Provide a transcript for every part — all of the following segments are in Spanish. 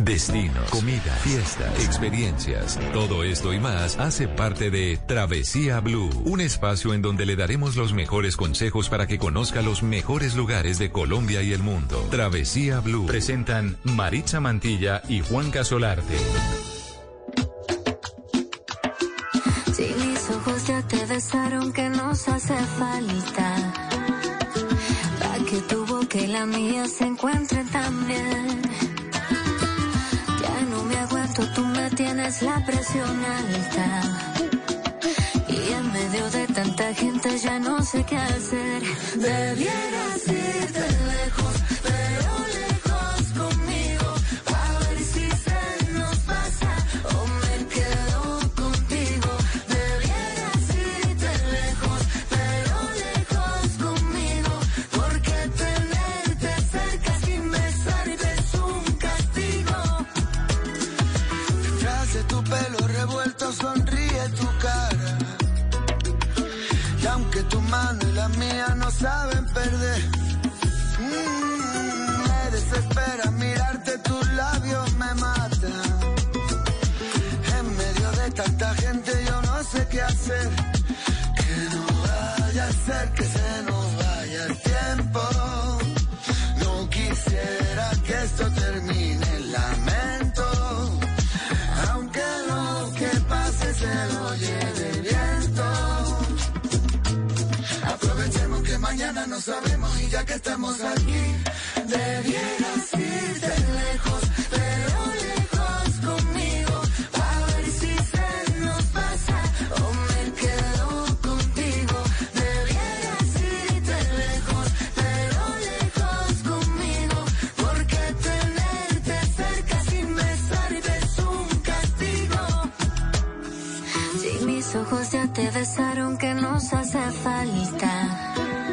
Destinos, comida, fiestas, experiencias. Todo esto y más hace parte de Travesía Blue, un espacio en donde le daremos los mejores consejos para que conozca los mejores lugares de Colombia y el mundo. Travesía Blue. Presentan Maritza Mantilla y Juanca Solarte. Si mis ojos ya te besaron, que nos hace falta para que tu boca y la mía se encuentren también. Ya no me aguanto, tú me tienes la presión alta y en medio de tanta gente ya no sé qué hacer. Debieras irte lejos, pero lejos conmigo, a ver si se nos pasa o me quedo contigo. Debieras irte lejos, pero lejos conmigo, porque tenerte cerca sin besarte es un castigo. Detrás de tu pelo revuelto sonríe tu cara, y aunque tu mano y la mía no saben perder, me desespera mirarte, tus labios me matan. En medio de tanta gente yo no sé qué hacer, que no vaya a ser que se nos vaya el tiempo. No quisiera que esto termine, lamento, aunque lo que pase se lo lleve el viento. Aprovechemos que mañana no sabemos y ya que estamos aquí, debieras irte lejos, pero lejos conmigo, a ver si se nos pasa o me quedo contigo. Debieras irte lejos, pero lejos conmigo, porque tenerte cerca sin besarte es un castigo. Si mis ojos ya te besaron, que nos hace falta.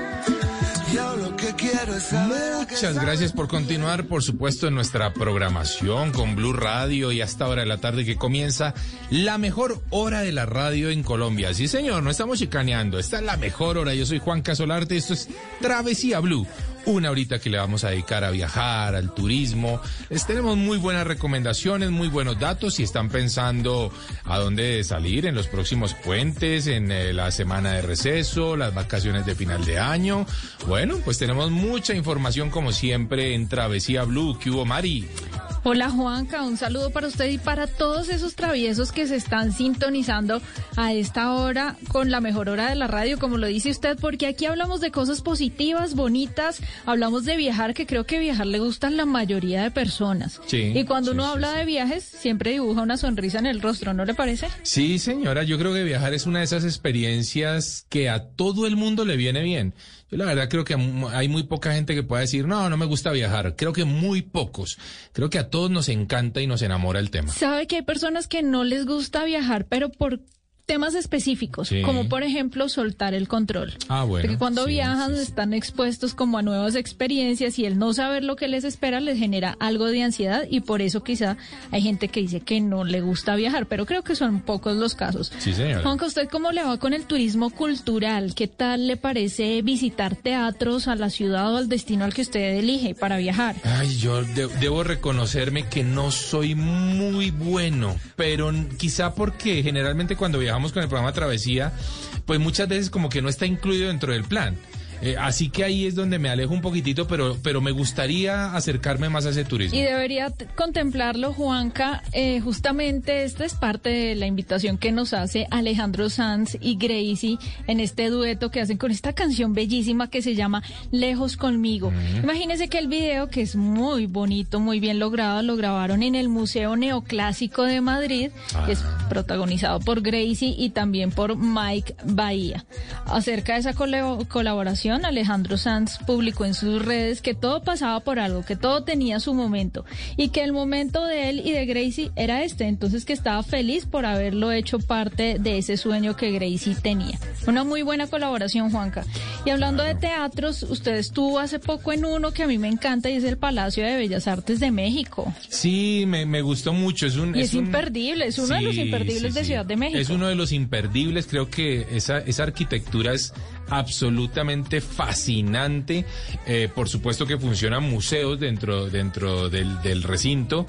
Yo lo que quiero es saber. Muchas gracias por continuar, por supuesto, en nuestra programación con Blue Radio y hasta hora de la tarde que comienza la mejor hora de la radio en Colombia. Sí, señor, no estamos chicaneando, esta es la mejor hora. Yo soy Juanca Solarte, esto es Travesía Blue. Una horita que le vamos a dedicar a viajar, al turismo. Tenemos muy buenas recomendaciones, muy buenos datos. Si están pensando a dónde salir en los próximos puentes, en la semana de receso, las vacaciones de final de año. Bueno, pues tenemos mucha información como siempre en Travesía Blue. ¿Qué hubo, Mari? Hola Juanca, un saludo para usted y para todos esos traviesos que se están sintonizando a esta hora con la mejor hora de la radio, como lo dice usted, porque aquí hablamos de cosas positivas, bonitas, hablamos de viajar, que creo que viajar le gusta a la mayoría de personas. Sí, y cuando uno habla sí. de viajes, siempre dibuja una sonrisa en el rostro, ¿no le parece? Sí, señora, yo creo que viajar es una de esas experiencias que a todo el mundo le viene bien. Yo la verdad creo que hay muy poca gente que pueda decir, no me gusta viajar. Creo que muy pocos. Creo que a todos nos encanta y nos enamora el tema. ¿Sabe que hay personas que no les gusta viajar, pero por temas específicos, sí, como por ejemplo soltar el control? Ah, bueno. Porque cuando sí, viajan sí. están expuestos como a nuevas experiencias y el no saber lo que les espera les genera algo de ansiedad y por eso quizá hay gente que dice que no le gusta viajar, pero creo que son pocos los casos. Sí, señora. Juanca, ¿usted cómo le va con el turismo cultural? ¿Qué tal le parece visitar teatros a la ciudad o al destino al que usted elige para viajar? Ay, yo debo reconocerme que no soy muy bueno, pero quizá porque generalmente cuando viajamos con el programa Travesía, pues muchas veces como que no está incluido dentro del plan. Así que ahí es donde me alejo un poquitito, pero me gustaría acercarme más a ese turismo. Y debería contemplarlo, Juanca. Justamente esta es parte de la invitación que nos hace Alejandro Sanz y Gracie en este dueto que hacen con esta canción bellísima que se llama Lejos Conmigo. Imagínense que el video, que es muy bonito, muy bien logrado, lo grabaron en el Museo Neoclásico de Madrid, que es protagonizado por Gracie y también por Mike Bahía. Acerca de esa colaboración, Alejandro Sanz publicó en sus redes que todo pasaba por algo, que todo tenía su momento y que el momento de él y de Gracie era entonces que estaba feliz por haberlo hecho parte de ese sueño que Gracie tenía. Una muy buena colaboración, Juanca. Y hablando de teatros, usted estuvo hace poco en uno que a mí me encanta y es el Palacio de Bellas Artes de México. Sí, me gustó mucho. Es imperdible, es uno de los imperdibles de Ciudad de México. Es uno de los imperdibles, creo que esa arquitectura es absolutamente fascinante. Por supuesto que funcionan museos dentro del recinto,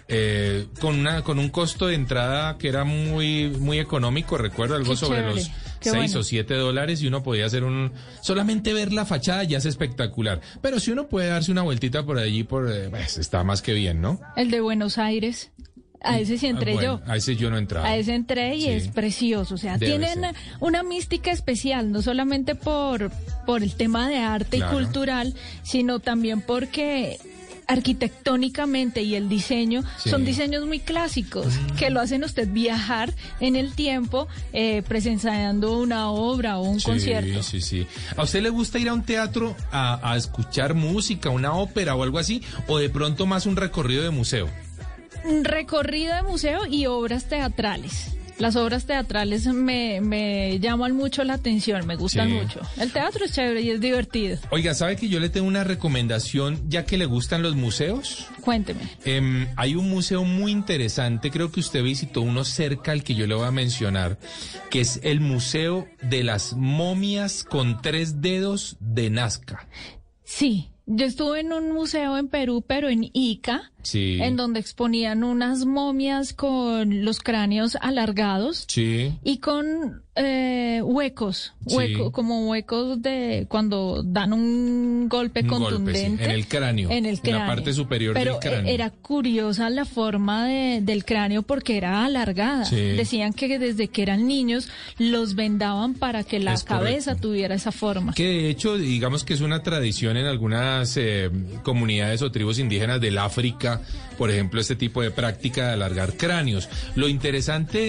con un costo de entrada que era muy económico, recuerdo, algo sobre los $6 o $7, y uno podía hacer solamente ver la fachada ya es espectacular. Pero si uno puede darse una vueltita por allí, pues está más que bien, ¿no? El de Buenos Aires. A ese sí entré yo. A ese yo no entraba. A ese entré y es precioso. O sea, tienen una mística especial, no solamente por el tema de arte y cultural, sino también porque arquitectónicamente y el diseño son diseños muy clásicos que lo hacen usted viajar en el tiempo presenciando una obra o un concierto. Sí. ¿A usted le gusta ir a un teatro a escuchar música, una ópera o algo así? ¿O de pronto más un recorrido de museo? Recorrido de museo y obras teatrales. Las obras teatrales me llaman mucho la atención, me gustan mucho. El teatro es chévere y es divertido. Oiga, ¿sabe que yo le tengo una recomendación ya que le gustan los museos? Cuénteme. Hay un museo muy interesante, creo que usted visitó uno cerca al que yo le voy a mencionar, que es el Museo de las Momias con 3 dedos de Nazca. Sí. Yo estuve en un museo en Perú, pero en Ica, en donde exponían unas momias con los cráneos alargados y con huecos, como huecos de cuando dan un golpe contundente. En el cráneo. En la parte superior del cráneo. Pero era curiosa la forma del cráneo porque era alargada. Decían que desde que eran niños los vendaban para que la cabeza tuviera esa forma. Que de hecho, digamos que es una tradición en algunas comunidades o tribus indígenas del África, por ejemplo, este tipo de práctica de alargar cráneos. Lo interesante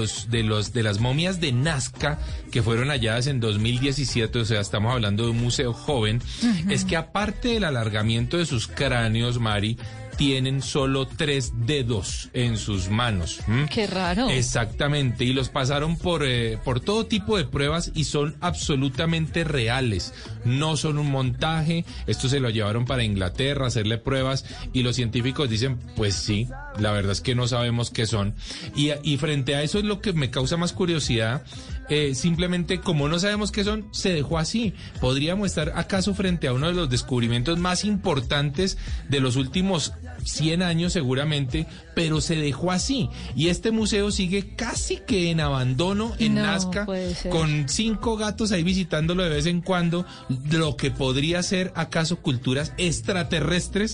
de las momias de Nazca, que fueron halladas en 2017, o sea, estamos hablando de un museo joven, es que aparte del alargamiento de sus cráneos, Mari, tienen solo 3 dedos en sus manos. Qué raro. Exactamente, y los pasaron por todo tipo de pruebas y son absolutamente reales. No son un montaje. Esto se lo llevaron para Inglaterra a hacerle pruebas y los científicos dicen, pues sí, la verdad es que no sabemos qué son. Y frente a eso es lo que me causa más curiosidad. Simplemente como no sabemos qué son, se dejó así. ¿Podríamos estar acaso frente a uno de los descubrimientos más importantes de los últimos 100 años seguramente, pero se dejó así? Y este museo sigue casi que en abandono en Nazca, con 5 gatos ahí visitándolo de vez en cuando, lo que podría ser acaso culturas extraterrestres,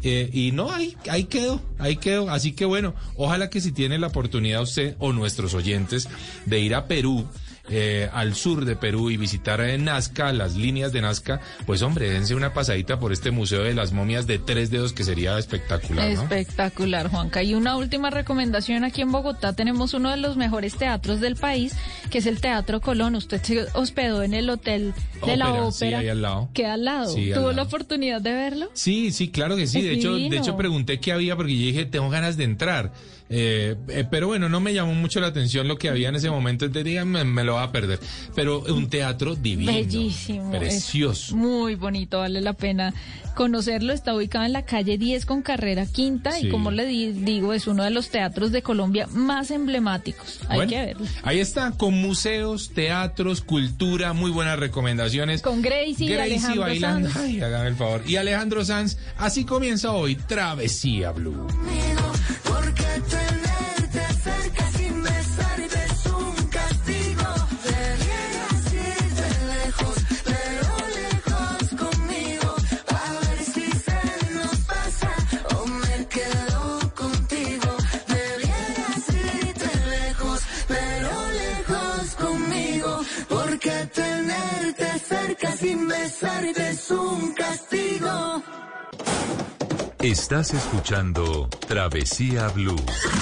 y no, ahí quedó. Así que bueno, ojalá que si tiene la oportunidad usted o nuestros oyentes de ir a Perú, al sur de Perú, y visitar Nazca, las líneas de Nazca, pues hombre, dense una pasadita por este Museo de las Momias de 3 dedos, que sería espectacular, ¿no? Espectacular, Juanca. Y una última recomendación: aquí en Bogotá tenemos uno de los mejores teatros del país, que es el Teatro Colón. Usted se hospedó en el Hotel de la Ópera. Sí, ahí al lado. Queda al lado. Sí, ¿Tuvo la oportunidad de verlo? Sí, claro que sí. De hecho pregunté qué había, porque yo dije, tengo ganas de entrar. Pero bueno, no me llamó mucho la atención lo que había en ese momento, entonces dije, me lo va a perder. Pero un teatro divino. Bellísimo. Precioso. Muy bonito, vale la pena conocerlo. Está ubicado en la calle 10 con carrera quinta y como le digo, es uno de los teatros de Colombia más emblemáticos. Hay que verlo. Ahí está, con museos, teatros, cultura, muy buenas recomendaciones. Con Gracie y Alejandro bailando. Sanz. Ay, hágame el favor. Y Alejandro Sanz, así comienza hoy Travesía Blue. Porque tenerte cerca sin besarte es un castigo. Debieras irte lejos, pero lejos conmigo. A ver si se nos pasa o me quedo contigo. Debieras irte lejos, pero lejos conmigo. Porque tenerte cerca sin besarte es un castigo. Estás escuchando Travesía Blue.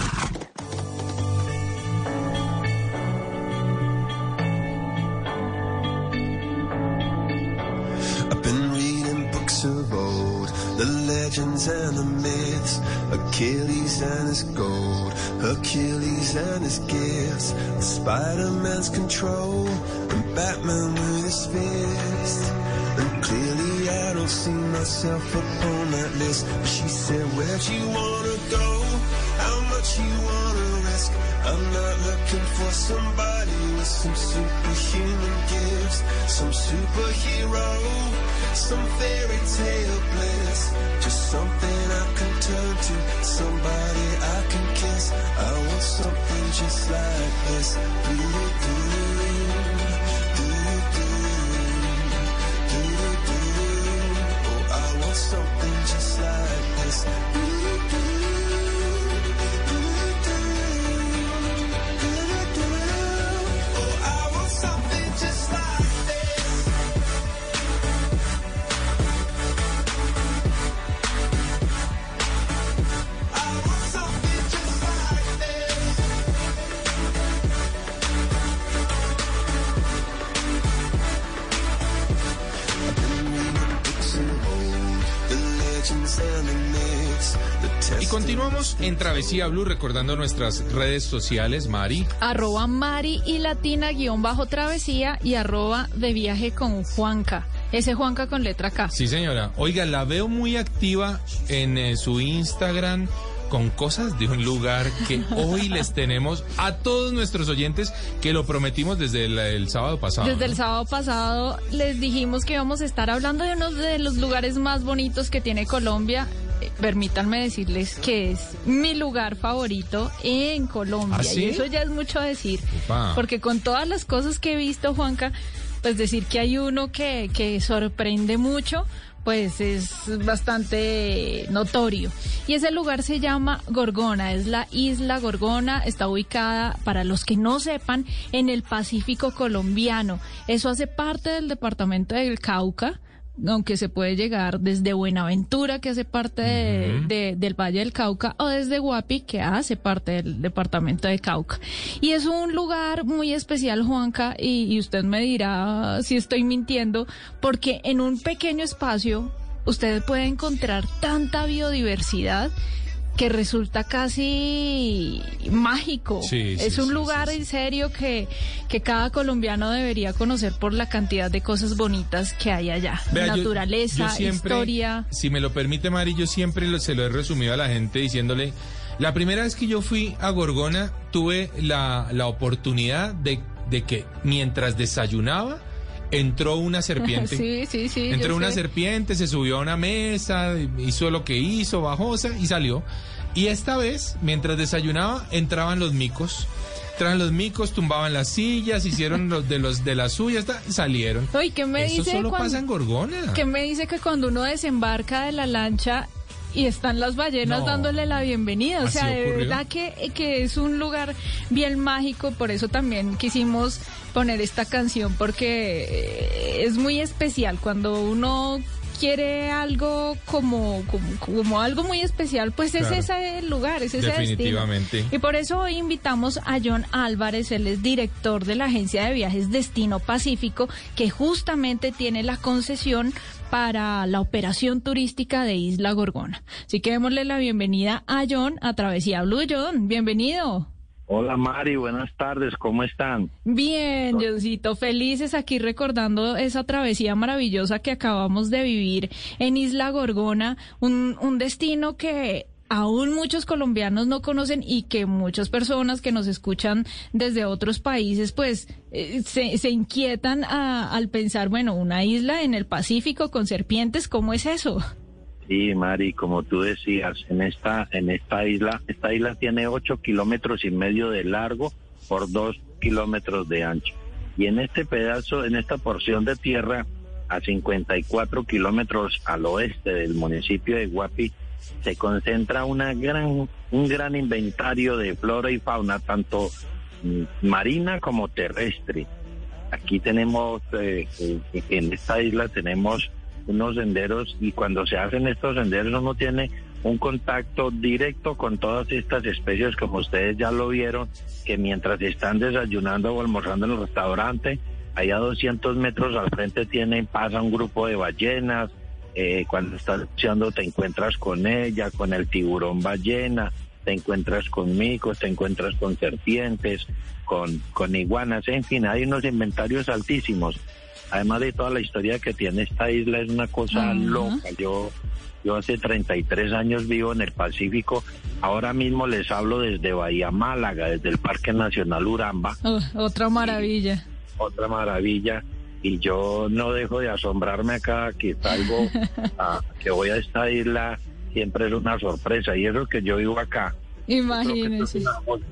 I've been reading books of old, the legends and the myths, Achilles and his gold, Hercules and his gifts, Spider-Man's control, and Batman with his fist. And clearly I don't see myself upon that list. She said, where'd you wanna go? How much you wanna risk? ask. I'm not looking for somebody with some superhuman gifts, some superhero, some fairy tale bliss. Just something I can turn to, somebody I can kiss. I want something just like this. Oh, I want something just like this. Y continuamos en Travesía Blue recordando nuestras redes sociales, Mari. @Mari y Latina _travesía y @de viaje con Juanca. Ese Juanca con letra K. Sí, señora. Oiga, la veo muy activa en su Instagram con cosas de un lugar que hoy les tenemos a todos nuestros oyentes, que lo prometimos desde el sábado pasado. Desde el sábado pasado les dijimos que íbamos a estar hablando de uno de los lugares más bonitos que tiene Colombia. Permítanme decirles que es mi lugar favorito en Colombia. ¿Ah, sí? Y eso ya es mucho decir. Upa. Porque con todas las cosas que he visto, Juanca, pues decir que hay uno que sorprende mucho, pues es bastante notorio. Y ese lugar se llama Gorgona, es la isla Gorgona, está ubicada, para los que no sepan, en el Pacífico colombiano. Eso hace parte del departamento del Cauca, aunque se puede llegar desde Buenaventura, que hace parte del Valle del Cauca, o desde Guapi, que hace parte del departamento de Cauca. Y es un lugar muy especial, Juanca, y usted me dirá si estoy mintiendo, porque en un pequeño espacio usted puede encontrar tanta biodiversidad que resulta casi mágico. Sí, es un lugar sí. en serio que cada colombiano debería conocer por la cantidad de cosas bonitas que hay allá. Vea, naturaleza, yo siempre, historia. Si me lo permite, Mari, yo siempre se lo he resumido a la gente diciéndole, la primera vez que yo fui a Gorgona tuve la oportunidad de que mientras desayunaba entró una serpiente. Sí. Entró una serpiente, se subió a una mesa, hizo lo que hizo, bajó y salió. Y esta vez, mientras desayunaba, entraban los micos. Tumbaban las sillas, hicieron de las suyas, salieron. Oye, ¿qué me Eso dice solo pasa en Gorgona. ¿Qué me dice que cuando uno desembarca de la lancha y están las ballenas dándole la bienvenida? O sea, de verdad que es un lugar bien mágico. Por eso también quisimos poner esta canción, porque es muy especial cuando uno quiere algo como algo muy especial, pues claro. Es ese lugar, es ese definitivamente destino. Y por eso hoy invitamos a John Álvarez, él es director de la agencia de viajes Destino Pacífico, que justamente tiene la concesión para la operación turística de Isla Gorgona. Así que démosle la bienvenida a John a Travesía Blue. John, bienvenido. Hola Mari, buenas tardes, ¿cómo están? Bien, Johncito, felices aquí recordando esa travesía maravillosa que acabamos de vivir en Isla Gorgona, un destino que aún muchos colombianos no conocen y que muchas personas que nos escuchan desde otros países pues se inquietan al pensar, bueno, una isla en el Pacífico con serpientes, ¿cómo es eso? Sí, Mari, como tú decías, esta isla tiene 8,5 kilómetros de largo por 2 kilómetros de ancho. Y en este pedazo, en esta porción de tierra, a 54 kilómetros al oeste del municipio de Guapi, se concentra un gran inventario de flora y fauna, tanto marina como terrestre. Aquí tenemos, en esta isla tenemos unos senderos, y cuando se hacen estos senderos uno tiene un contacto directo con todas estas especies, como ustedes ya lo vieron, que mientras están desayunando o almorzando en el restaurante, allá a 200 metros al frente pasa un grupo de ballenas. Cuando estás buceando te encuentras con ella, con el tiburón ballena, te encuentras con micos, te encuentras con serpientes, con iguanas, en fin, hay unos inventarios altísimos. además de toda la historia que tiene esta isla, es una cosa loca. Yo hace 33 años vivo en el Pacífico. Ahora mismo les hablo desde Bahía Málaga, desde el Parque Nacional Uramba. Otra maravilla. Otra maravilla. Y yo no dejo de asombrarme acá que salgo, que voy a esta isla, siempre es una sorpresa. Y eso que yo vivo acá. Imagínense.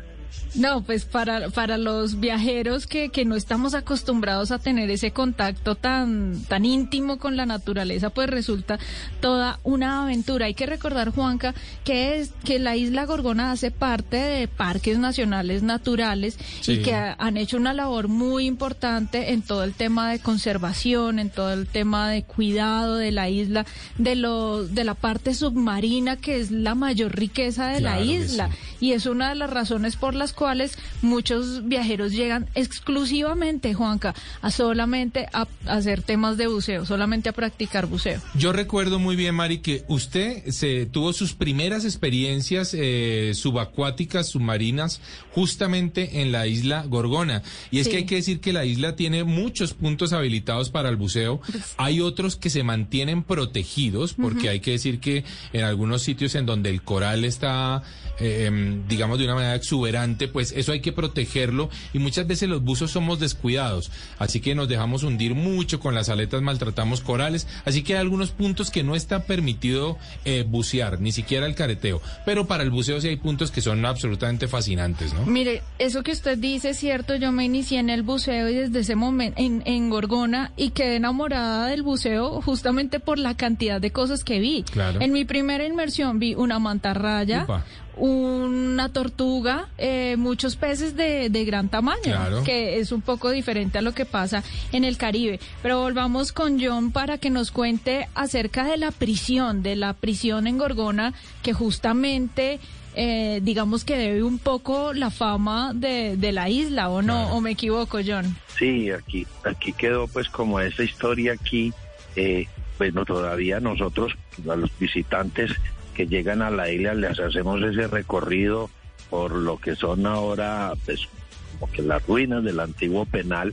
No, pues para los viajeros que no estamos acostumbrados a tener ese contacto tan íntimo con la naturaleza, pues resulta toda una aventura. Hay que recordar, Juanca, que la isla Gorgona hace parte de parques nacionales naturales, sí, y que han hecho una labor muy importante en todo el tema de conservación, en todo el tema de cuidado de la isla, de la parte submarina, que es la mayor riqueza de la isla, y es una de las razones por las cuales muchos viajeros llegan exclusivamente, Juanca, solamente a hacer temas de buceo, solamente a practicar buceo. Yo recuerdo muy bien, Mari, que usted tuvo sus primeras experiencias subacuáticas, submarinas, justamente en la isla Gorgona. Y es que hay que decir que la isla tiene muchos puntos habilitados para el buceo. Hay otros que se mantienen protegidos, porque hay que decir que en algunos sitios en donde el coral está, digamos, de una manera exuberante, pues eso hay que protegerlo, y muchas veces los buzos somos descuidados, así que nos dejamos hundir mucho, con las aletas maltratamos corales, así que hay algunos puntos que no está permitido bucear, ni siquiera el careteo, pero para el buceo sí hay puntos que son absolutamente fascinantes, ¿no? Mire, eso que usted dice es cierto. Yo me inicié en el buceo y desde ese momento en Gorgona, y quedé enamorada del buceo justamente por la cantidad de cosas que vi. Claro. En mi primera inmersión vi una mantarraya, una tortuga, muchos peces de gran tamaño, claro, que es un poco diferente a lo que pasa en el Caribe. Pero volvamos con John para que nos cuente acerca de la prisión en Gorgona, que justamente digamos que debe un poco la fama de la isla, ¿o no? Claro. ¿O me equivoco, John? Sí, aquí quedó pues como esa historia aquí, bueno, todavía nosotros, a los visitantes que llegan a la isla, les hacemos ese recorrido por lo que son ahora, pues, como que las ruinas del antiguo penal,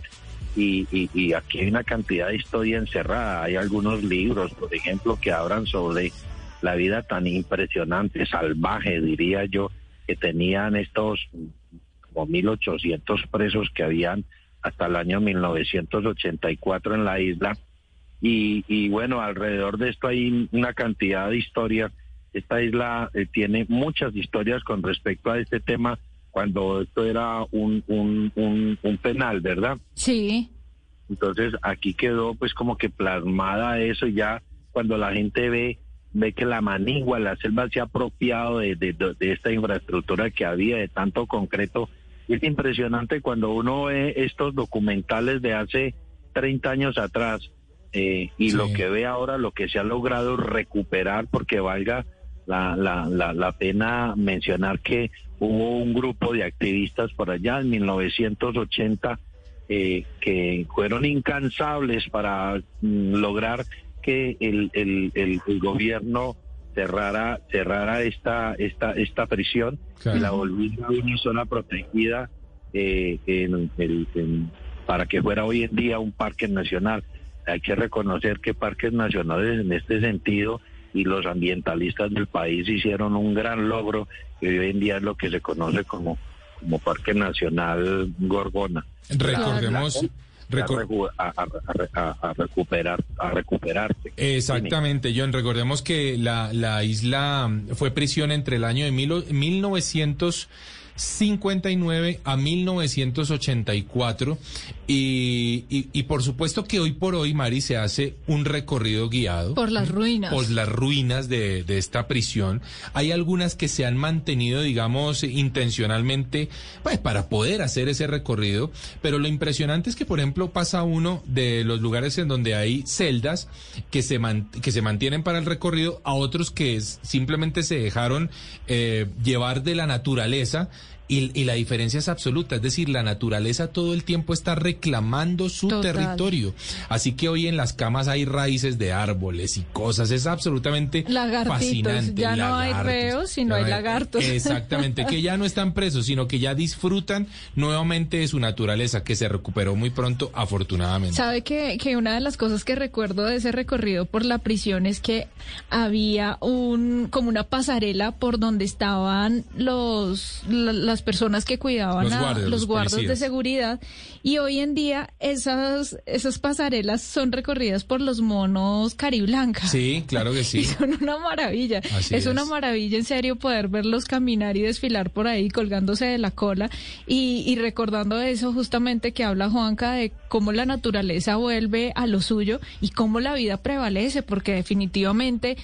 y aquí hay una cantidad de historia encerrada. Hay algunos libros, por ejemplo, que hablan sobre la vida tan impresionante, salvaje, diría yo, que tenían estos como 1.800 presos que habían hasta el año 1984 en la isla, y bueno, alrededor de esto hay una cantidad de historias. Esta isla tiene muchas historias con respecto a este tema, cuando esto era un penal, ¿verdad? Sí. Entonces aquí quedó pues como que plasmada eso, y ya cuando la gente ve que la manigua, la selva se ha apropiado de esta infraestructura que había, de tanto concreto. Es impresionante cuando uno ve estos documentales de hace 30 años atrás, y lo que ve ahora, lo que se ha logrado recuperar, porque valga la pena mencionar que hubo un grupo de activistas por allá en 1980 que fueron incansables para lograr que el gobierno cerrara esta prisión, claro, y la volviera una zona protegida para que fuera hoy en día un parque nacional. Hay que reconocer que parques nacionales en este sentido, y los ambientalistas del país hicieron un gran logro, que hoy en día es lo que se conoce como Parque Nacional Gorgona. Recordemos a recuperarse. Exactamente, John. Recordemos que la isla fue prisión entre el año de 1959 a 1984, y por supuesto que hoy por hoy, Mari, se hace un recorrido guiado por las ruinas. Por las ruinas de esta prisión. Hay algunas que se han mantenido, digamos, intencionalmente, pues, para poder hacer ese recorrido, pero lo impresionante es que, por ejemplo, pasa uno de los lugares en donde hay celdas que se mantienen para el recorrido, a otros que simplemente se dejaron llevar de la naturaleza, y la diferencia es absoluta, es decir, la naturaleza todo el tiempo está reclamando su territorio, así que hoy en las camas hay raíces de árboles y cosas, es absolutamente fascinante. Ya no hay reos, sino hay lagartos. Exactamente, que ya no están presos, sino que ya disfrutan nuevamente de su naturaleza, que se recuperó muy pronto, afortunadamente. ¿Sabe que una de las cosas que recuerdo de ese recorrido por la prisión es que había como una pasarela por donde estaban las personas que cuidaban los guardas de seguridad, y hoy en día esas pasarelas son recorridas por los monos cariblanca. Sí, claro que sí. Y son una maravilla. Es una maravilla, en serio, poder verlos caminar y desfilar por ahí colgándose de la cola y recordando eso justamente que habla Juanca, de cómo la naturaleza vuelve a lo suyo y cómo la vida prevalece, porque definitivamente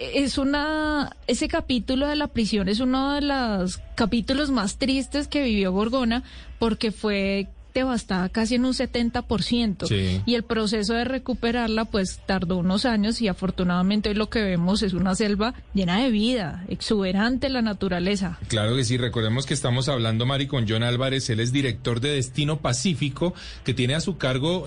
ese capítulo de la prisión es uno de los capítulos más tristes que vivió Gorgona, porque fue devastada casi en un 70%. Sí. Y el proceso de recuperarla pues tardó unos años, y afortunadamente hoy lo que vemos es una selva llena de vida, exuberante la naturaleza. Claro que sí, recordemos que estamos hablando, Mari, con John Álvarez, él es director de Destino Pacífico, que tiene a su cargo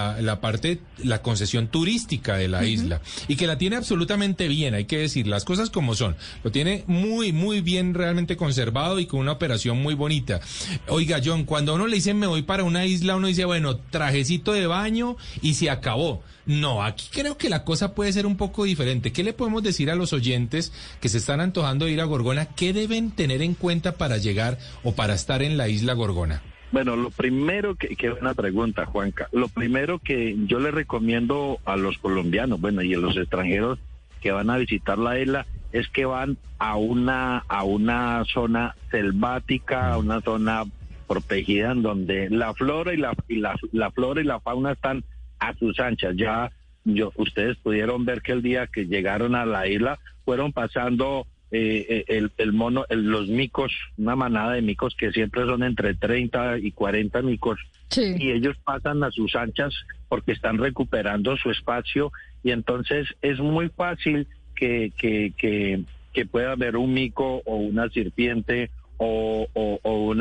la concesión turística de la isla, y que la tiene absolutamente bien, hay que decir las cosas como son, lo tiene muy, muy bien realmente conservado y con una operación muy bonita. Oiga, John, cuando a uno le dicen me voy para una isla, uno dice, bueno, trajecito de baño y se acabó. No, aquí creo que la cosa puede ser un poco diferente. ¿Qué le podemos decir a los oyentes que se están antojando de ir a Gorgona? ¿Qué deben tener en cuenta para llegar o para estar en la isla Gorgona? Bueno, lo primero que es una pregunta, Juanca. Lo primero que yo le recomiendo a los colombianos, bueno, y a los extranjeros que van a visitar la isla, es que van a una zona selvática, a una zona protegida en donde la flora y la fauna están a sus anchas. Ustedes pudieron ver que el día que llegaron a la isla fueron pasando los micos, una manada de micos que siempre son entre 30 y 40 micos. Sí. Y ellos pasan a sus anchas porque están recuperando su espacio, y entonces es muy fácil que pueda haber un mico o una serpiente o un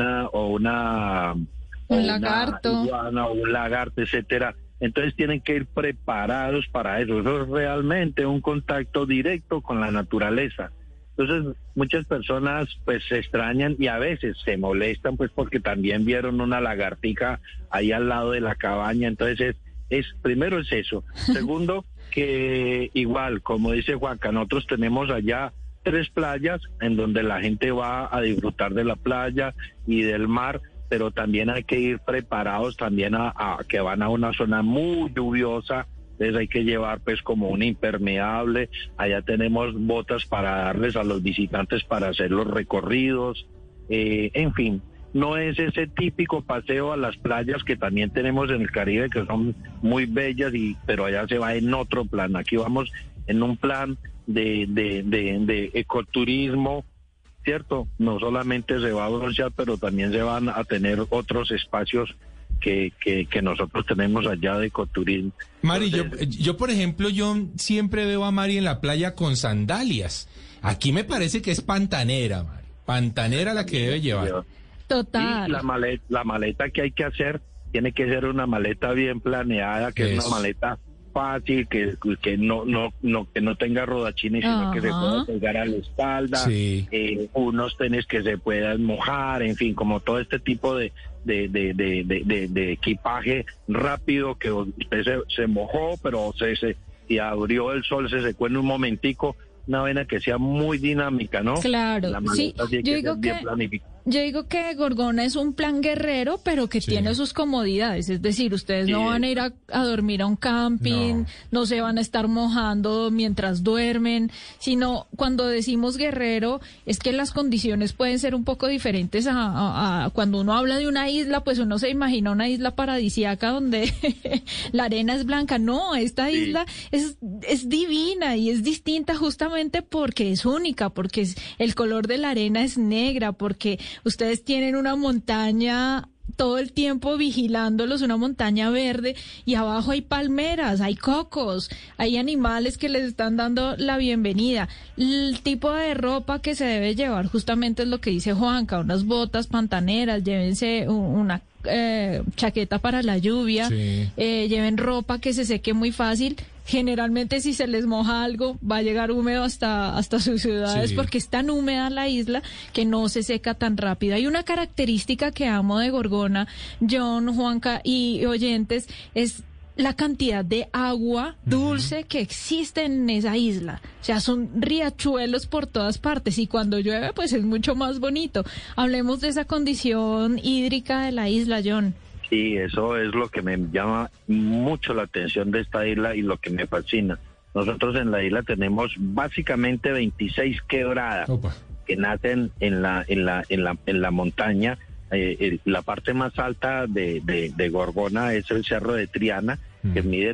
lagarto, una iguana, o un lagarto, etcétera. Entonces tienen que ir preparados para eso. Eso es realmente un contacto directo con la naturaleza. Entonces muchas personas pues se extrañan y a veces se molestan pues porque también vieron una lagartija ahí al lado de la cabaña. Entonces primero es eso. Segundo, que igual, como dice Juanca, nosotros tenemos allá 3 playas en donde la gente va a disfrutar de la playa y del mar, pero también hay que ir preparados también a que van a una zona muy lluviosa. Entonces hay que llevar pues como un impermeable. Allá tenemos botas para darles a los visitantes para hacer los recorridos. En fin, no es ese típico paseo a las playas que también tenemos en el Caribe, que son muy bellas, pero allá se va en otro plan. Aquí vamos en un plan de ecoturismo, ¿cierto? No solamente se va a broncear, pero también se van a tener otros espacios que nosotros tenemos allá de ecoturismo. Mari, yo por ejemplo, yo siempre veo a Mari en la playa con sandalias. Aquí me parece que es pantanera, Mari. Pantanera la que debe llevar. Total. Y la maleta que hay que hacer tiene que ser una maleta bien planeada, que es una maleta fácil, que no tenga rodachines, sino que se pueda pegar a la espalda, sí. Unos tenis que se puedan mojar, en fin, como todo este tipo de equipaje rápido, que usted se mojó, pero si abrió el sol, se secó en un momentico. Una vaina que sea muy dinámica, ¿no? Claro, sí. Yo digo que Gorgona es un plan guerrero, pero que tiene sus comodidades. Es decir, ustedes no van a ir a dormir a un camping, no se van a estar mojando mientras duermen, sino cuando decimos guerrero es que las condiciones pueden ser un poco diferentes a cuando uno habla de una isla, pues uno se imagina una isla paradisíaca donde la arena es blanca. No, esta isla es divina y es distinta justamente porque es única, porque el color de la arena es negra, porque ustedes tienen una montaña todo el tiempo vigilándolos, una montaña verde, y abajo hay palmeras, hay cocos, hay animales que les están dando la bienvenida. El tipo de ropa que se debe llevar justamente es lo que dice Juanca, unas botas pantaneras, llévense una chaqueta para la lluvia, sí. Lleven ropa que se seque muy fácil. Generalmente si se les moja algo va a llegar húmedo hasta sus ciudades, sí. Porque es tan húmeda la isla que no se seca tan rápido. Hay una característica que amo de Gorgona, John, Juanca y oyentes, es la cantidad de agua dulce que existe en esa isla. O sea, son riachuelos por todas partes y cuando llueve pues es mucho más bonito. Hablemos de esa condición hídrica de la isla, John. Sí, eso es lo que me llama mucho la atención de esta isla y lo que me fascina. Nosotros en la isla tenemos básicamente 26 quebradas. Opa. Que nacen en la montaña. La parte más alta de Gorgona es el Cerro de Triana, que mide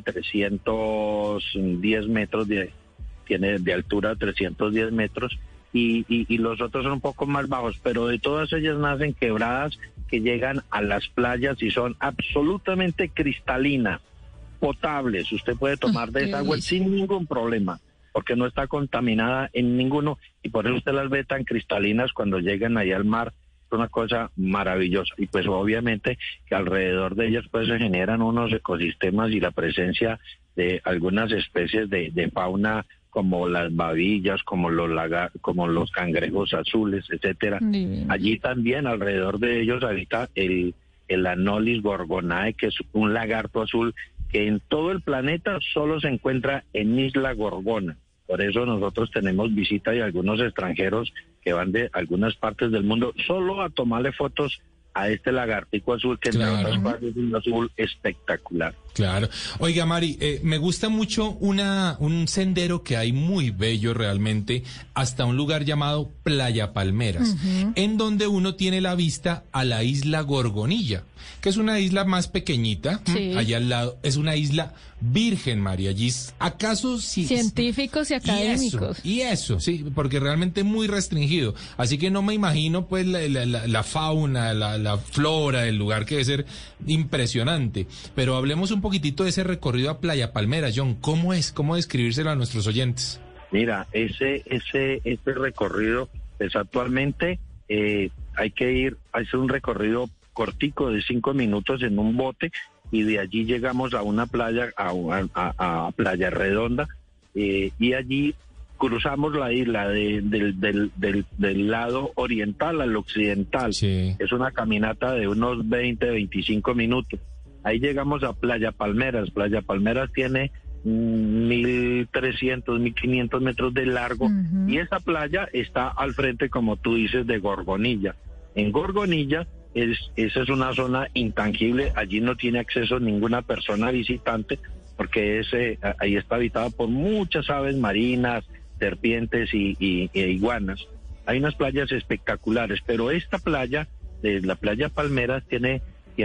310 metros, tiene de altura 310 metros, y los otros son un poco más bajos, pero de todas ellas nacen quebradas que llegan a las playas y son absolutamente cristalinas, potables. Usted puede tomar de esa agua sin ningún problema, porque no está contaminada en ninguno, y por eso usted las ve tan cristalinas cuando llegan allá al mar. Es una cosa maravillosa, y pues obviamente que alrededor de ellas pues se generan unos ecosistemas y la presencia de algunas especies de fauna como las babillas, como los cangrejos azules, etcétera. Allí también alrededor de ellos habita el Anolis gorgonae, que es un lagarto azul que en todo el planeta solo se encuentra en Isla Gorgona. Por eso nosotros tenemos visita y algunos extranjeros que van de algunas partes del mundo solo a tomarle fotos a este lagartico azul, que entre otras cosas es un azul espectacular. Claro. Oiga, Mari, me gusta mucho un sendero que hay muy bello realmente, hasta un lugar llamado Playa Palmeras, en donde uno tiene la vista a la isla Gorgonilla, que es una isla más pequeñita, allá al lado, es una isla virgen, María, allí acaso sí. Científicos y académicos. Y eso, sí, porque realmente muy restringido, así que no me imagino pues la fauna, la flora del lugar, que debe ser impresionante, pero hablemos un poquitito de ese recorrido a Playa Palmeras, John. ¿Cómo es? ¿Cómo describírselo a nuestros oyentes? Mira, ese recorrido, pues actualmente hay que ir a hacer un recorrido cortico de 5 minutos en un bote, y de allí llegamos a una playa, a Playa Redonda, y allí cruzamos la isla del lado oriental al occidental. Sí. Es una caminata de unos 25 minutos. Ahí llegamos a Playa Palmeras. Playa Palmeras tiene 1.300, 1.500 metros de largo, y esa playa está al frente, como tú dices, de Gorgonilla. En Gorgonilla esa es una zona intangible, allí no tiene acceso ninguna persona visitante, porque ahí está habitado por muchas aves marinas, serpientes e iguanas. Hay unas playas espectaculares, pero esta playa, la Playa Palmeras, tiene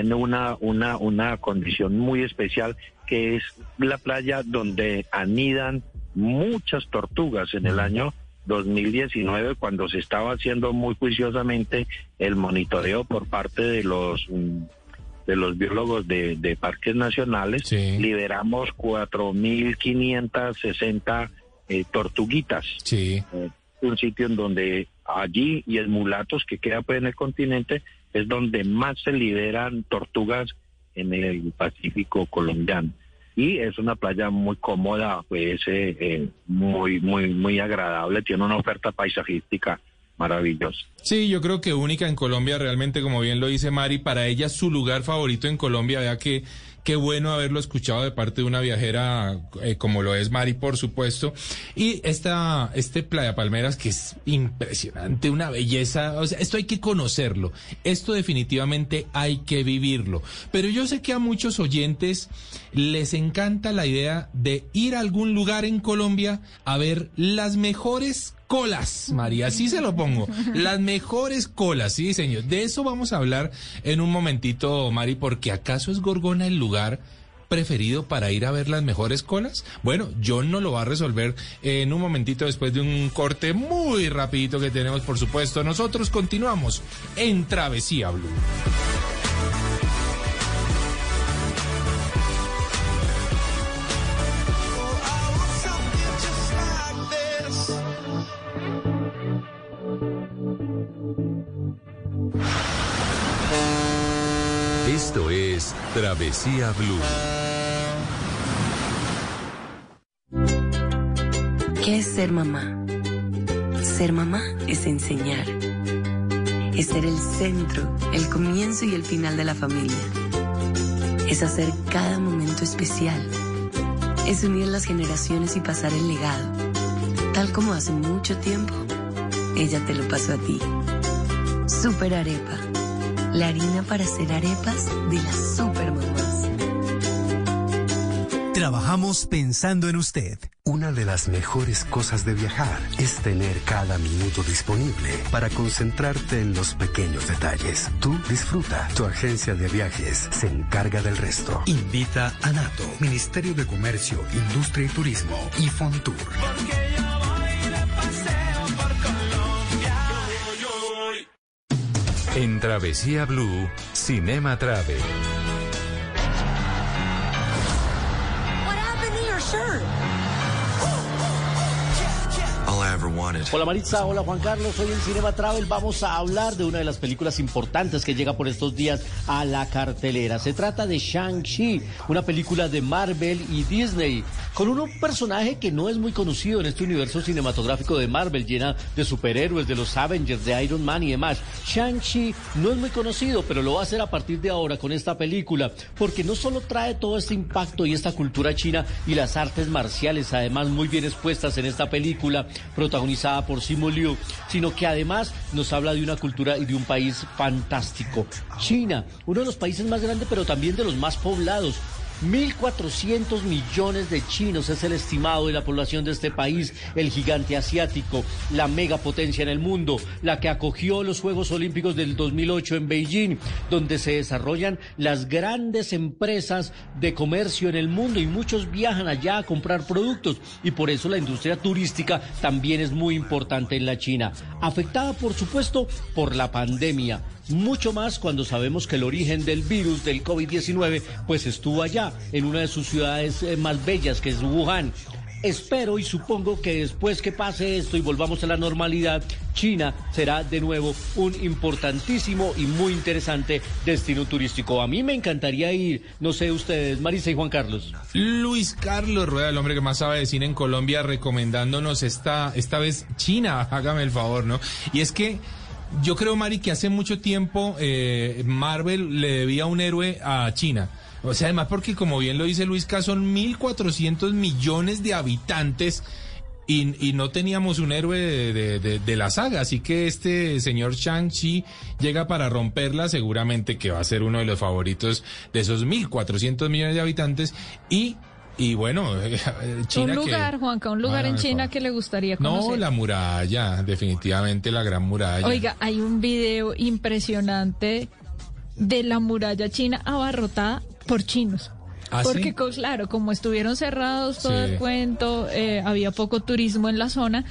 una condición muy especial, que es la playa donde anidan muchas tortugas. En el año 2019, cuando se estaba haciendo muy juiciosamente el monitoreo por parte de los biólogos de parques nacionales, liberamos 4.560 tortuguitas. Un sitio en donde allí, y en Mulatos, que queda pues en el continente, es donde más se liberan tortugas en el Pacífico colombiano. Y es una playa muy cómoda, pues muy agradable, tiene una oferta paisajística maravillosa. Sí, yo creo que única en Colombia, realmente, como bien lo dice Mari, para ella su lugar favorito en Colombia. Vea que qué bueno haberlo escuchado de parte de una viajera como lo es Mari, por supuesto. Y este Playa Palmeras, que es impresionante, una belleza. O sea, esto hay que conocerlo. Esto definitivamente hay que vivirlo. Pero yo sé que a muchos oyentes les encanta la idea de ir a algún lugar en Colombia a ver las mejores colas, María, así se lo pongo. Las mejores colas, sí, señor. De eso vamos a hablar en un momentito, Mari, porque ¿acaso es Gorgona el lugar preferido para ir a ver las mejores colas? Bueno, John nos lo va a resolver en un momentito, después de un corte muy rapidito que tenemos, por supuesto. Nosotros continuamos en Travesía Blue. Esto es Travesía Blue. ¿Qué es ser mamá? Ser mamá es enseñar. Es ser el centro, el comienzo y el final de la familia. Es hacer cada momento especial. Es unir las generaciones y pasar el legado. Tal como hace mucho tiempo, ella te lo pasó a ti. Super Arepa. La harina para hacer arepas de las supermamás. Trabajamos pensando en usted. Una de las mejores cosas de viajar es tener cada minuto disponible para concentrarte en los pequeños detalles. Tú disfruta. Tu agencia de viajes se encarga del resto. Invita a NATO, Ministerio de Comercio, Industria y Turismo y Fontour. En Travesía Blue, Cinema Travel. Hola Maritza, hola Juan Carlos, hoy en Cinema Travel vamos a hablar de una de las películas importantes que llega por estos días a la cartelera. Se trata de Shang-Chi, una película de Marvel y Disney, con un personaje que no es muy conocido en este universo cinematográfico de Marvel, llena de superhéroes, de los Avengers, de Iron Man y demás. Shang-Chi no es muy conocido, pero lo va a hacer a partir de ahora con esta película, porque no solo trae todo este impacto y esta cultura china y las artes marciales, además muy bien expuestas en esta película, protagonizada por Simu Liu, sino que además nos habla de una cultura y de un país fantástico. China, uno de los países más grandes, pero también de los más poblados. 1.400 millones de chinos es el estimado de la población de este país, el gigante asiático, la megapotencia en el mundo, la que acogió los Juegos Olímpicos del 2008 en Beijing, donde se desarrollan las grandes empresas de comercio en el mundo y muchos viajan allá a comprar productos y por eso la industria turística también es muy importante en la China, afectada por supuesto por la pandemia. Mucho más cuando sabemos que el origen del virus del COVID-19 pues estuvo allá, en una de sus ciudades más bellas, que es Wuhan. Espero y supongo que después que pase esto y volvamos a la normalidad, China será de nuevo un importantísimo y muy interesante destino turístico. A mí me encantaría ir, no sé ustedes, Marisa y Juan Carlos. Luis Carlos Rueda, el hombre que más sabe de cine en Colombia, recomendándonos esta vez China, hágame el favor, ¿no? Y es que yo creo, Mari, que hace mucho tiempo Marvel le debía un héroe a China. O sea, además porque, como bien lo dice Luisca, son 1.400 millones de habitantes y no teníamos un héroe de la saga. Así que este señor Shang-Chi llega para romperla, seguramente que va a ser uno de los favoritos de esos 1.400 millones de habitantes y bueno, China. Un lugar, Juanca, un lugar en China que le gustaría conocer. No, la muralla, definitivamente la gran muralla. Oiga, hay un video impresionante de la muralla china abarrotada por chinos. ¿Ah, porque, sí? claro, como estuvieron cerrados todo el cuento, había poco turismo en la zona,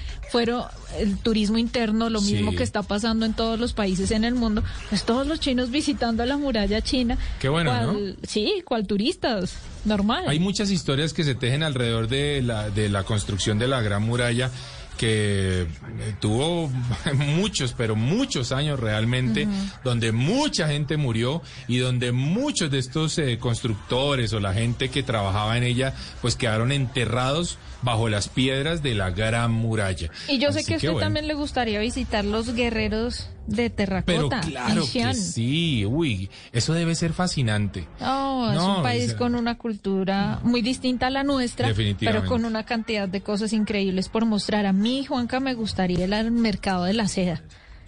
el turismo interno, lo mismo que está pasando en todos los países en el mundo, pues todos los chinos visitando la muralla china. Qué bueno, ¿no? Sí, cual turistas, normal. Hay muchas historias que se tejen alrededor de la construcción de la Gran Muralla, que tuvo muchos años realmente, donde mucha gente murió y donde muchos de estos constructores o la gente que trabajaba en ella pues quedaron enterrados bajo las piedras de la Gran Muralla. Y yo sé que a usted también le gustaría visitar los guerreros de terracota. Pero claro que sí, eso debe ser fascinante. Es un país con una cultura muy distinta a la nuestra, pero con una cantidad de cosas increíbles por mostrar. A mí, Juanca, me gustaría ir al mercado de la seda.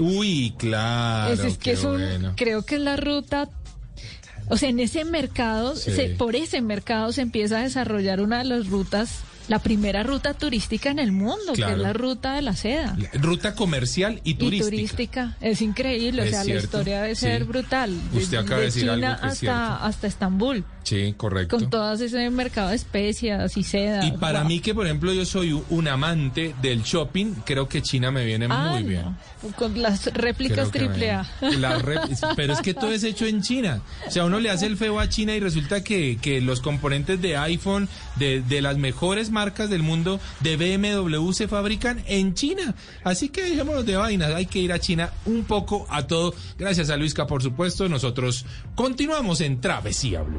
Claro. Creo que es la ruta. O sea, en ese mercado, por ese mercado se empieza a desarrollar una de las rutas, la primera ruta turística en el mundo, que es la ruta de la seda. Ruta comercial y turística. Es increíble, la historia debe ser brutal. Usted acaba de decir China algo que es cierto. hasta Estambul. Sí, correcto. Con todo ese mercado de especias y seda. Y para mí que, por ejemplo, yo soy un amante del shopping, creo que China me viene muy bien. Con las réplicas AAA. Pero es que todo es hecho en China. O sea, uno le hace el feo a China y resulta que los componentes de iPhone, de las mejores marcas del mundo, de BMW, se fabrican en China. Así que dejémonos de vainas, hay que ir a China un poco a todo. Gracias a Luisca, por supuesto. Nosotros continuamos en Travesía Blue.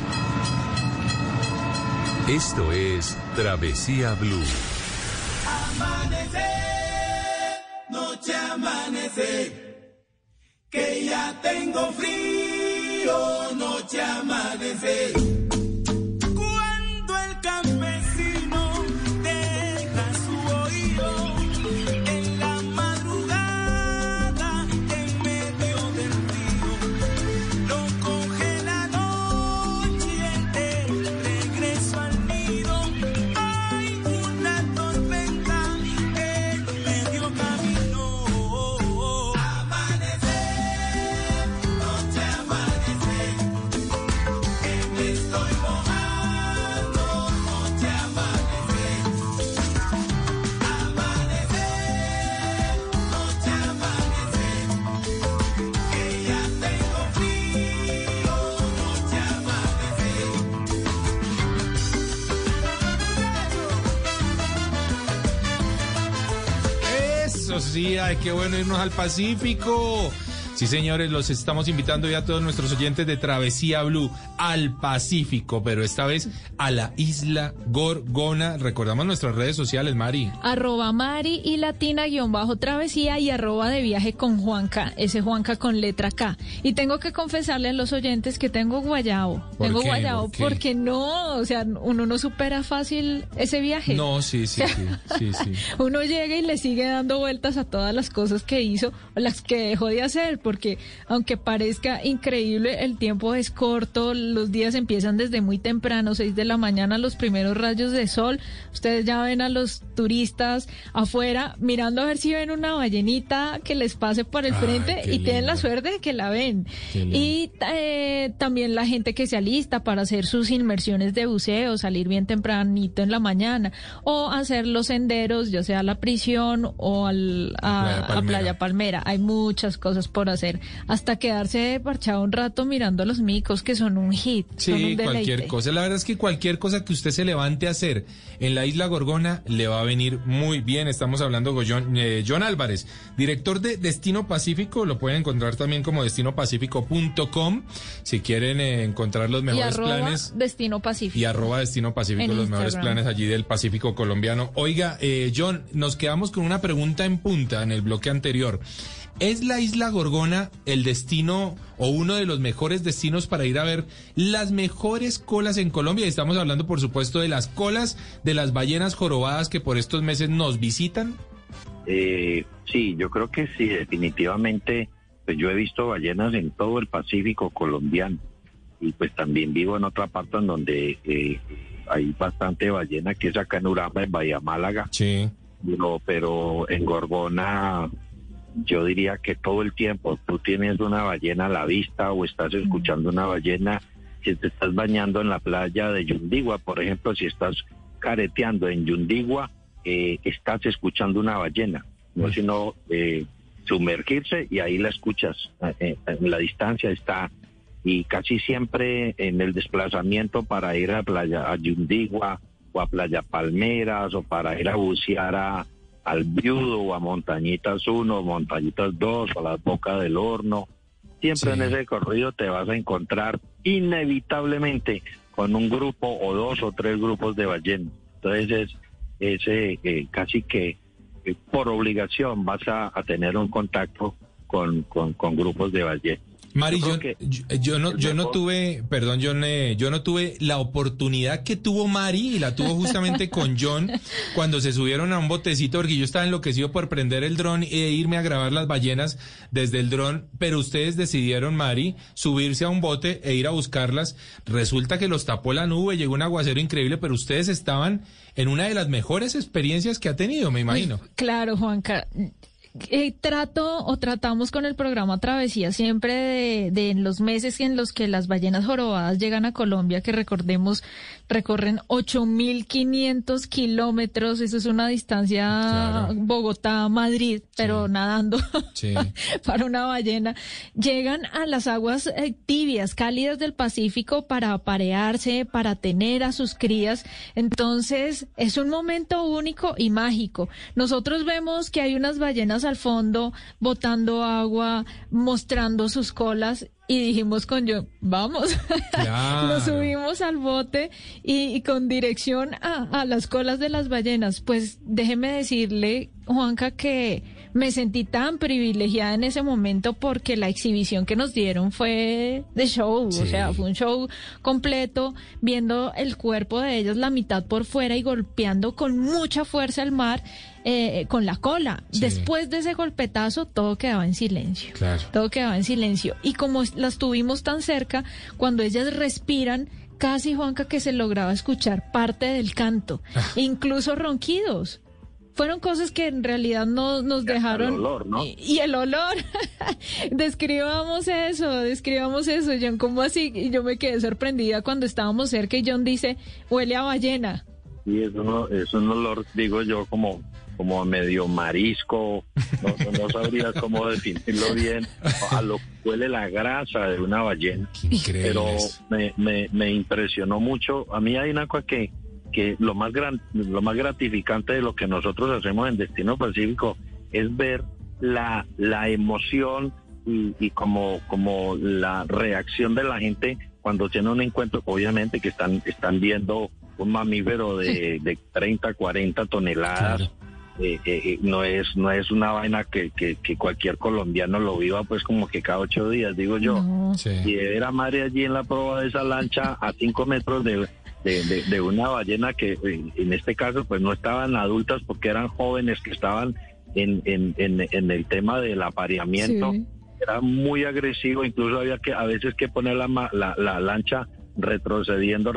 Esto es Travesía Blue. Amanecer, noche amanecer, que ya tengo frío, noche amanecer. Cuando el campesino deja su oído en la madrugada en medio del río, lo coge la noche del regreso al nido. Hay una tormenta en medio camino. Amanecer, noche amanecer, que me estoy mojando, noche amanecer. Amanecer, noche amanecer, que ya tengo frío, noche amanecer. Eso sí, ay, qué bueno irnos al Pacífico. Sí, señores, los estamos invitando ya a todos nuestros oyentes de Travesía Blue al Pacífico, pero esta vez a la isla Gorgona. Recordamos nuestras redes sociales, Mari. @Mari y Latina_Travesía y @de viaje con Juanca, ese Juanca con letra K. Y tengo que confesarle a los oyentes que tengo guayabo. ¿Por qué? Porque no, o sea, uno no supera fácil ese viaje. No, sí. Uno llega y le sigue dando vueltas a todas las cosas que hizo, o las que dejó de hacer, porque aunque parezca increíble, el tiempo es corto, los días empiezan desde muy temprano, 6 de la mañana, los primeros rayos de sol. Ustedes ya ven a los turistas afuera mirando a ver si ven una ballenita que les pase por el frente y tienen la suerte de que la ven. Y también la gente que se alista para hacer sus inmersiones de buceo, salir bien tempranito en la mañana o hacer los senderos, ya sea a la prisión o a Playa Palmera. Hay muchas cosas por hacer, hasta quedarse parchado un rato mirando a los micos, que son un hit. Sí, son un cualquier cosa. La verdad es que cualquier cosa que usted se levante a hacer en la isla Gorgona le va a venir muy bien. Estamos hablando con John Álvarez, director de Destino Pacífico. Lo pueden encontrar también como destinopacifico.com si quieren encontrar los mejores planes. Destino Pacífico. Y @Destino Pacífico, los mejores planes allí del Pacífico colombiano. Oiga, John, nos quedamos con una pregunta en punta en el bloque anterior. ¿Es la isla Gorgona el destino o uno de los mejores destinos para ir a ver las mejores colas en Colombia? Y estamos hablando, por supuesto, de las colas de las ballenas jorobadas que por estos meses nos visitan. Sí, yo creo que sí, definitivamente. Pues yo he visto ballenas en todo el Pacífico colombiano y pues también vivo en otra parte en donde hay bastante ballena, que es acá en Uraba, en Bahía Málaga. Sí. Pero en Gorgona yo diría que todo el tiempo tú tienes una ballena a la vista o estás escuchando una ballena. Si te estás bañando en la playa de Yundigua, por ejemplo, si estás careteando en Yundigua, estás escuchando una ballena, no sino sumergirse y ahí la escuchas, en la distancia está. Y casi siempre en el desplazamiento para ir a playa a Yundigua o a Playa Palmeras o para ir a bucear al Viudo o a Montañitas 1, Montañitas 2 o a las Bocas del Horno, siempre en ese recorrido te vas a encontrar inevitablemente con un grupo o 2 o 3 grupos de ballenas. Entonces casi que por obligación vas a tener un contacto con grupos de ballenas. Mari, yo no tuve la oportunidad que tuvo Mari, y la tuvo justamente con John cuando se subieron a un botecito, porque yo estaba enloquecido por prender el dron e irme a grabar las ballenas desde el dron, pero ustedes decidieron, Mari, subirse a un bote e ir a buscarlas. Resulta que los tapó la nube, llegó un aguacero increíble, pero ustedes estaban en una de las mejores experiencias que ha tenido, me imagino. Claro, Juanca. tratamos con el programa Travesía siempre de en los meses en los que las ballenas jorobadas llegan a Colombia, que recordemos, recorren 8.500 kilómetros, eso es una distancia, claro, Bogotá-Madrid, pero sí, nadando, sí, para una ballena. Llegan a las aguas tibias, cálidas del Pacífico para aparearse, para tener a sus crías. Entonces, es un momento único y mágico. Nosotros vemos que hay unas ballenas al fondo botando agua, mostrando sus colas, y dijimos con John, vamos, claro, nos subimos al bote y con dirección a las colas de las ballenas. Pues déjeme decirle, Juanca, que me sentí tan privilegiada en ese momento porque la exhibición que nos dieron fue de show, sí, o sea, fue un show completo, viendo el cuerpo de ellas, la mitad por fuera y golpeando con mucha fuerza el mar, con la cola. Sí. Después de ese golpetazo, todo quedaba en silencio. Claro. Todo quedaba en silencio. Y como las tuvimos tan cerca, cuando ellas respiran, casi, Juanca, que se lograba escuchar parte del canto, incluso ronquidos. Fueron cosas que en realidad no nos dejaron... El olor, ¿no? Y el olor. Describamos eso, John, ¿cómo así? Y yo me quedé sorprendida cuando estábamos cerca y John dice, huele a ballena. Y es un olor, digo yo, como a medio marisco, no sabría cómo definirlo bien, a lo que huele la grasa de una ballena. Pero me impresionó mucho. A mí hay una cosa que lo más gratificante de lo que nosotros hacemos en Destino Pacífico es ver la emoción y como la reacción de la gente cuando tienen un encuentro, obviamente que están viendo un mamífero de 30, 40 toneladas. Claro. No es una vaina que cualquier colombiano lo viva pues como que cada 8 días, digo yo. No. Sí. Y de ver a Mari allí en la proa de esa lancha a 5 metros de una ballena que en este caso pues no estaban adultas porque eran jóvenes que estaban en el tema del apareamiento. Sí. Era muy agresivo, incluso había que a veces que poner la lancha retrocediendo.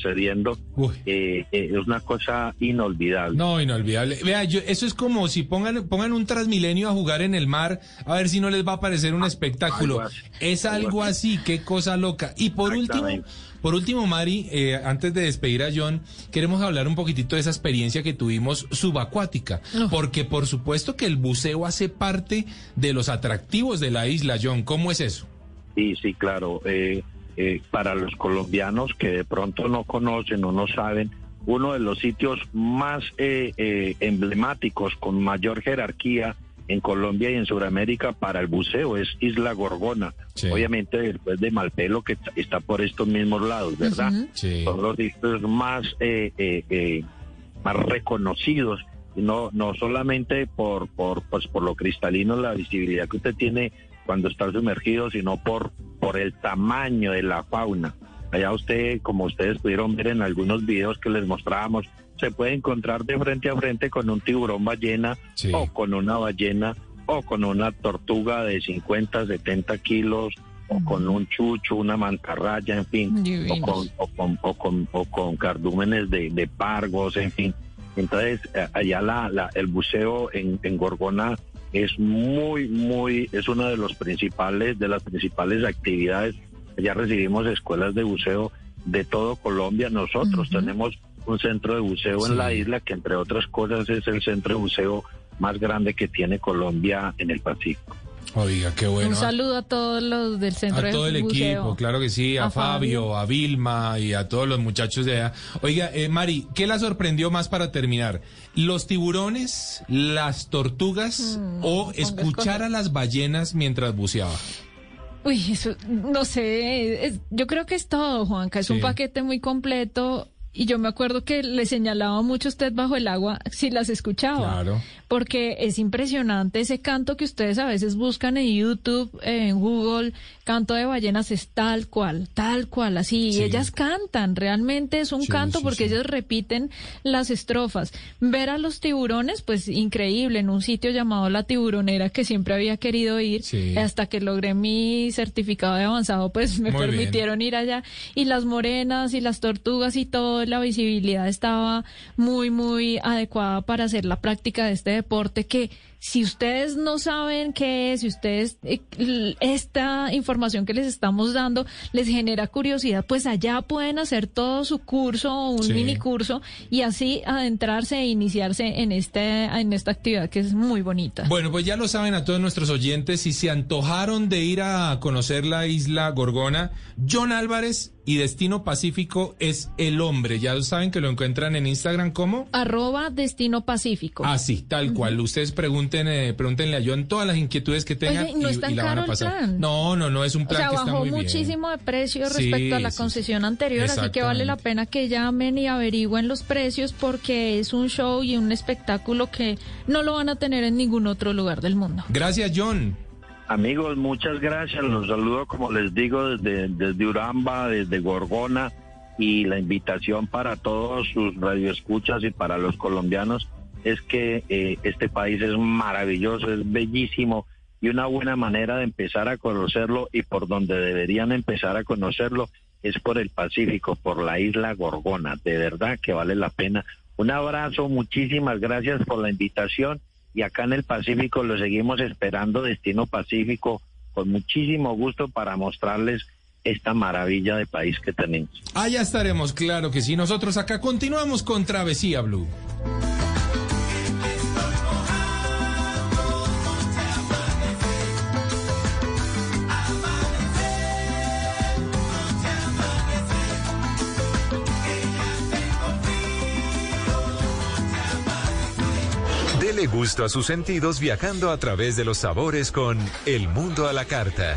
Es una cosa inolvidable. No, inolvidable. Vea, eso es como si pongan un Transmilenio a jugar en el mar, a ver si no les va a parecer un espectáculo. Algo así, qué cosa loca. Y por último, Mari, antes de despedir a John, queremos hablar un poquitito de esa experiencia que tuvimos subacuática, porque por supuesto que el buceo hace parte de los atractivos de la isla, John. ¿Cómo es eso? Sí, claro. Para los colombianos que de pronto no conocen o no saben, uno de los sitios más emblemáticos, con mayor jerarquía en Colombia y en Sudamérica para el buceo es Isla Gorgona. Sí. Obviamente después de Malpelo, que está por estos mismos lados, ¿verdad? Uh-huh. Sí. Son los sitios más reconocidos, y no solamente por lo cristalino, la visibilidad que usted tiene cuando está sumergido, sino por el tamaño de la fauna. Allá como ustedes pudieron ver en algunos videos que les mostrábamos, se puede encontrar de frente a frente con un tiburón ballena, sí, o con una ballena, o con una tortuga de 50, 70 kilos, o con un chucho, una mantarraya, en fin, o con cardúmenes de pargos, en fin. Entonces, allá el buceo en Gorgona es es una de las principales actividades. Ya recibimos escuelas de buceo de todo Colombia. Nosotros tenemos un centro de buceo en la isla, que entre otras cosas es el centro de buceo más grande que tiene Colombia en el Pacífico. Oiga, qué bueno. Un saludo a todos los del centro de buceo. A todo el equipo, claro que sí, a Fabio, a Vilma y a todos los muchachos de allá. Oiga, Mari, ¿qué la sorprendió más para terminar? ¿Los tiburones, las tortugas o escuchar a las ballenas mientras buceaba? Uy, eso, no sé, yo creo que es todo, Juanca, es un paquete muy completo. Y yo me acuerdo que le señalaba mucho a usted bajo el agua si las escuchaba. Claro. Porque es impresionante ese canto que ustedes a veces buscan en YouTube, en Google, canto de ballenas, es tal cual, así. Sí. Y ellas cantan, realmente es un canto porque ellas repiten las estrofas. Ver a los tiburones, pues increíble, en un sitio llamado La Tiburonera, que siempre había querido ir, hasta que logré mi certificado de avanzado, pues me permitieron ir allá. Y las morenas y las tortugas y todo, la visibilidad estaba muy, muy adecuada para hacer la práctica de este deporte que Si ustedes no saben qué es, si ustedes esta información que les estamos dando les genera curiosidad, pues allá pueden hacer todo su curso o un mini curso y así adentrarse e iniciarse en esta actividad que es muy bonita. Bueno, pues ya lo saben a todos nuestros oyentes, si se antojaron de ir a conocer la isla Gorgona, John Álvarez y Destino Pacífico es el hombre. Ya saben que lo encuentran en Instagram como @Destino Pacífico. Así, tal cual. Ustedes pregúntenle a John todas las inquietudes que tengan. Oye, ¿no es tan y la van a caro el pasar. plan? No, es un plan que está muy bien. Bajó muchísimo de precio respecto a la concesión anterior, así que vale la pena que llamen y averigüen los precios porque es un show y un espectáculo que no lo van a tener en ningún otro lugar del mundo. Gracias, John. Amigos, muchas gracias. Los saludo, como les digo, desde Uramba, desde Gorgona, y la invitación para todos sus radioescuchas y para los colombianos es que este país es maravilloso, es bellísimo, y una buena manera de empezar a conocerlo, y por donde deberían empezar a conocerlo, es por el Pacífico, por la isla Gorgona. De verdad que vale la pena. Un abrazo, muchísimas gracias por la invitación. Y acá en el Pacífico lo seguimos esperando, Destino Pacífico, con muchísimo gusto para mostrarles esta maravilla de país que tenemos. Allá estaremos, claro que sí. Nosotros acá continuamos con Travesía Blue. Dele gusto a sus sentidos viajando a través de los sabores con El Mundo a la Carta.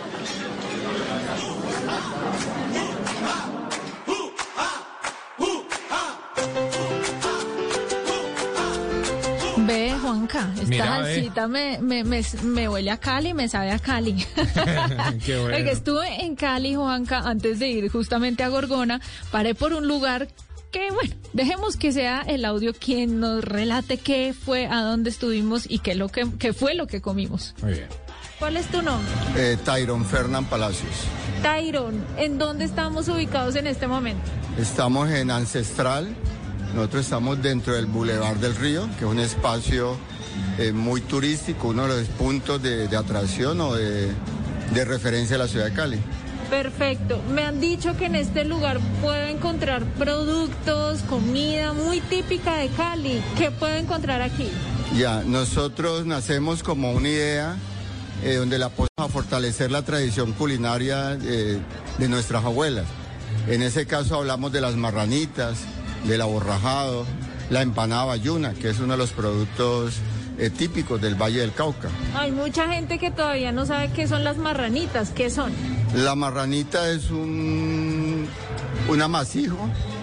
Ve, Juanca, esta salsita me huele a Cali, me sabe a Cali. Qué bueno. Porque estuve en Cali, Juanca, antes de ir justamente a Gorgona, paré por un lugar que, bueno, dejemos que sea el audio quien nos relate qué fue, a dónde estuvimos y qué fue lo que comimos. Muy bien. ¿Cuál es tu nombre? Tyron Fernán Palacios. Tyron, ¿en dónde estamos ubicados en este momento? Estamos en Ancestral. Nosotros estamos dentro del Boulevard del Río, que es un espacio muy turístico, uno de los puntos de atracción o de referencia de la ciudad de Cali. Perfecto. Me han dicho que en este lugar puedo encontrar productos, comida muy típica de Cali. ¿Qué puedo encontrar aquí? Ya, nosotros nacemos como una idea donde la apoyamos a fortalecer la tradición culinaria de nuestras abuelas. En ese caso hablamos de las marranitas, del aborrajado, la empanada bayuna, que es uno de los productos típicos del Valle del Cauca. Hay mucha gente que todavía no sabe qué son las marranitas. ¿Qué son? La marranita es un amasijo,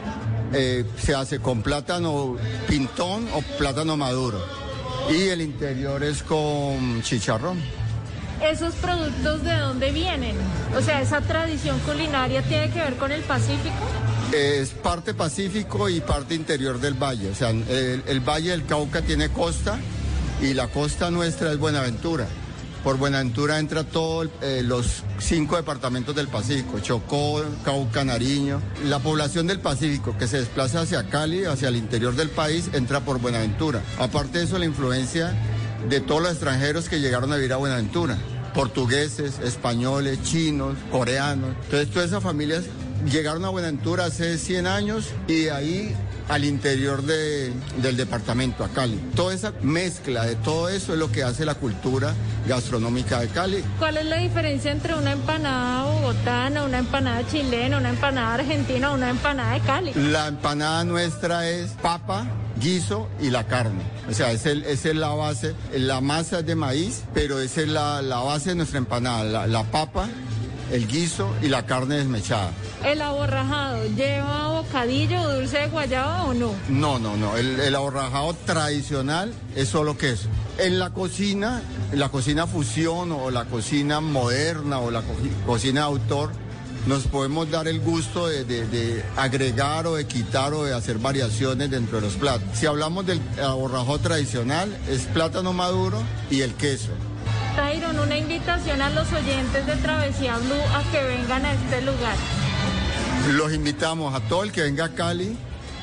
se hace con plátano pintón o plátano maduro y el interior es con chicharrón. ¿Esos productos de dónde vienen? O sea, ¿esa tradición culinaria tiene que ver con el Pacífico? Es parte Pacífico y parte interior del valle. O sea, el Valle del Cauca tiene costa y la costa nuestra es Buenaventura. Por Buenaventura entra todos los 5 departamentos del Pacífico, Chocó, Cauca, Nariño. La población del Pacífico que se desplaza hacia Cali, hacia el interior del país, entra por Buenaventura. Aparte de eso, la influencia de todos los extranjeros que llegaron a vivir a Buenaventura, portugueses, españoles, chinos, coreanos. Entonces todas esas familias llegaron a Buenaventura hace 100 años y de ahí al interior del departamento, a Cali. Toda esa mezcla de todo eso es lo que hace la cultura gastronómica de Cali. ¿Cuál es la diferencia entre una empanada bogotana, una empanada chilena, una empanada argentina o una empanada de Cali? La empanada nuestra es papa, guiso y la carne. O sea, esa es la base. La masa es de maíz, pero esa es la base de nuestra empanada. La papa, el guiso y la carne desmechada. ¿El aborrajado lleva bocadillo o dulce de guayaba o no? No. El aborrajado tradicional es solo queso. En la cocina fusión o la cocina moderna o la cocina de autor, nos podemos dar el gusto de agregar o de quitar o de hacer variaciones dentro de los platos. Si hablamos del aborrajado tradicional, es plátano maduro y el queso. Tyron, una invitación a los oyentes de Travesía Blue a que vengan a este lugar. Los invitamos a todo el que venga a Cali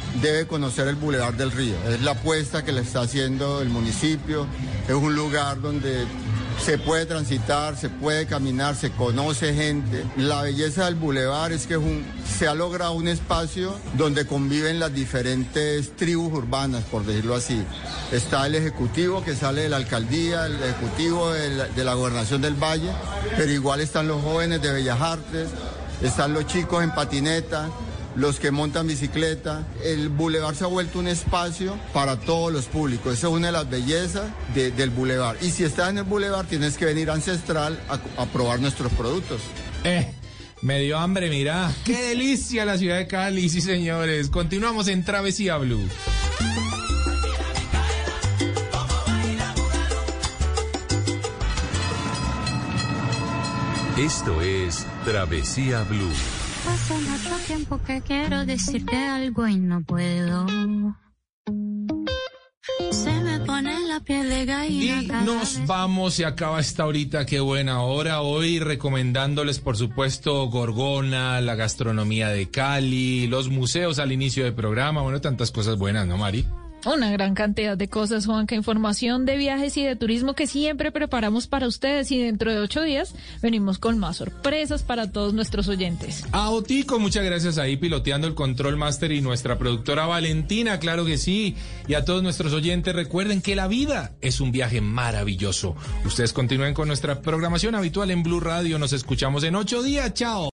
debe conocer el Boulevard del Río. Es la apuesta que le está haciendo el municipio. Es un lugar donde se puede transitar, se puede caminar, se conoce gente. La belleza del Boulevard es que se ha logrado un espacio donde conviven las diferentes tribus urbanas, por decirlo así. Está el ejecutivo que sale de la alcaldía, el ejecutivo de la gobernación del Valle, pero igual están los jóvenes de Bellas Artes, están los chicos en patineta, los que montan bicicleta. El Boulevard se ha vuelto un espacio para todos los públicos. Esa es una de las bellezas del Boulevard. Y si estás en el Boulevard, tienes que venir a Ancestral a probar nuestros productos. Me dio hambre, mira. ¡Qué delicia la ciudad de Cali! Sí, señores. Continuamos en Travesía Blue. Esto es Travesía Blue. Hace mucho tiempo que quiero decirte algo y no puedo. Se me pone la piel de gallina. Y nos vamos, se acaba esta horita, qué buena hora. Hoy recomendándoles, por supuesto, Gorgona, la gastronomía de Cali, los museos al inicio del programa. Bueno, tantas cosas buenas, ¿no, Mari? Una gran cantidad de cosas, Juanca, información de viajes y de turismo que siempre preparamos para ustedes, y dentro de 8 días venimos con más sorpresas para todos nuestros oyentes. A Otico, muchas gracias ahí piloteando el Control Master, y nuestra productora Valentina, claro que sí, y a todos nuestros oyentes, recuerden que la vida es un viaje maravilloso. Ustedes continúen con nuestra programación habitual en Blue Radio, nos escuchamos en 8 días, chao.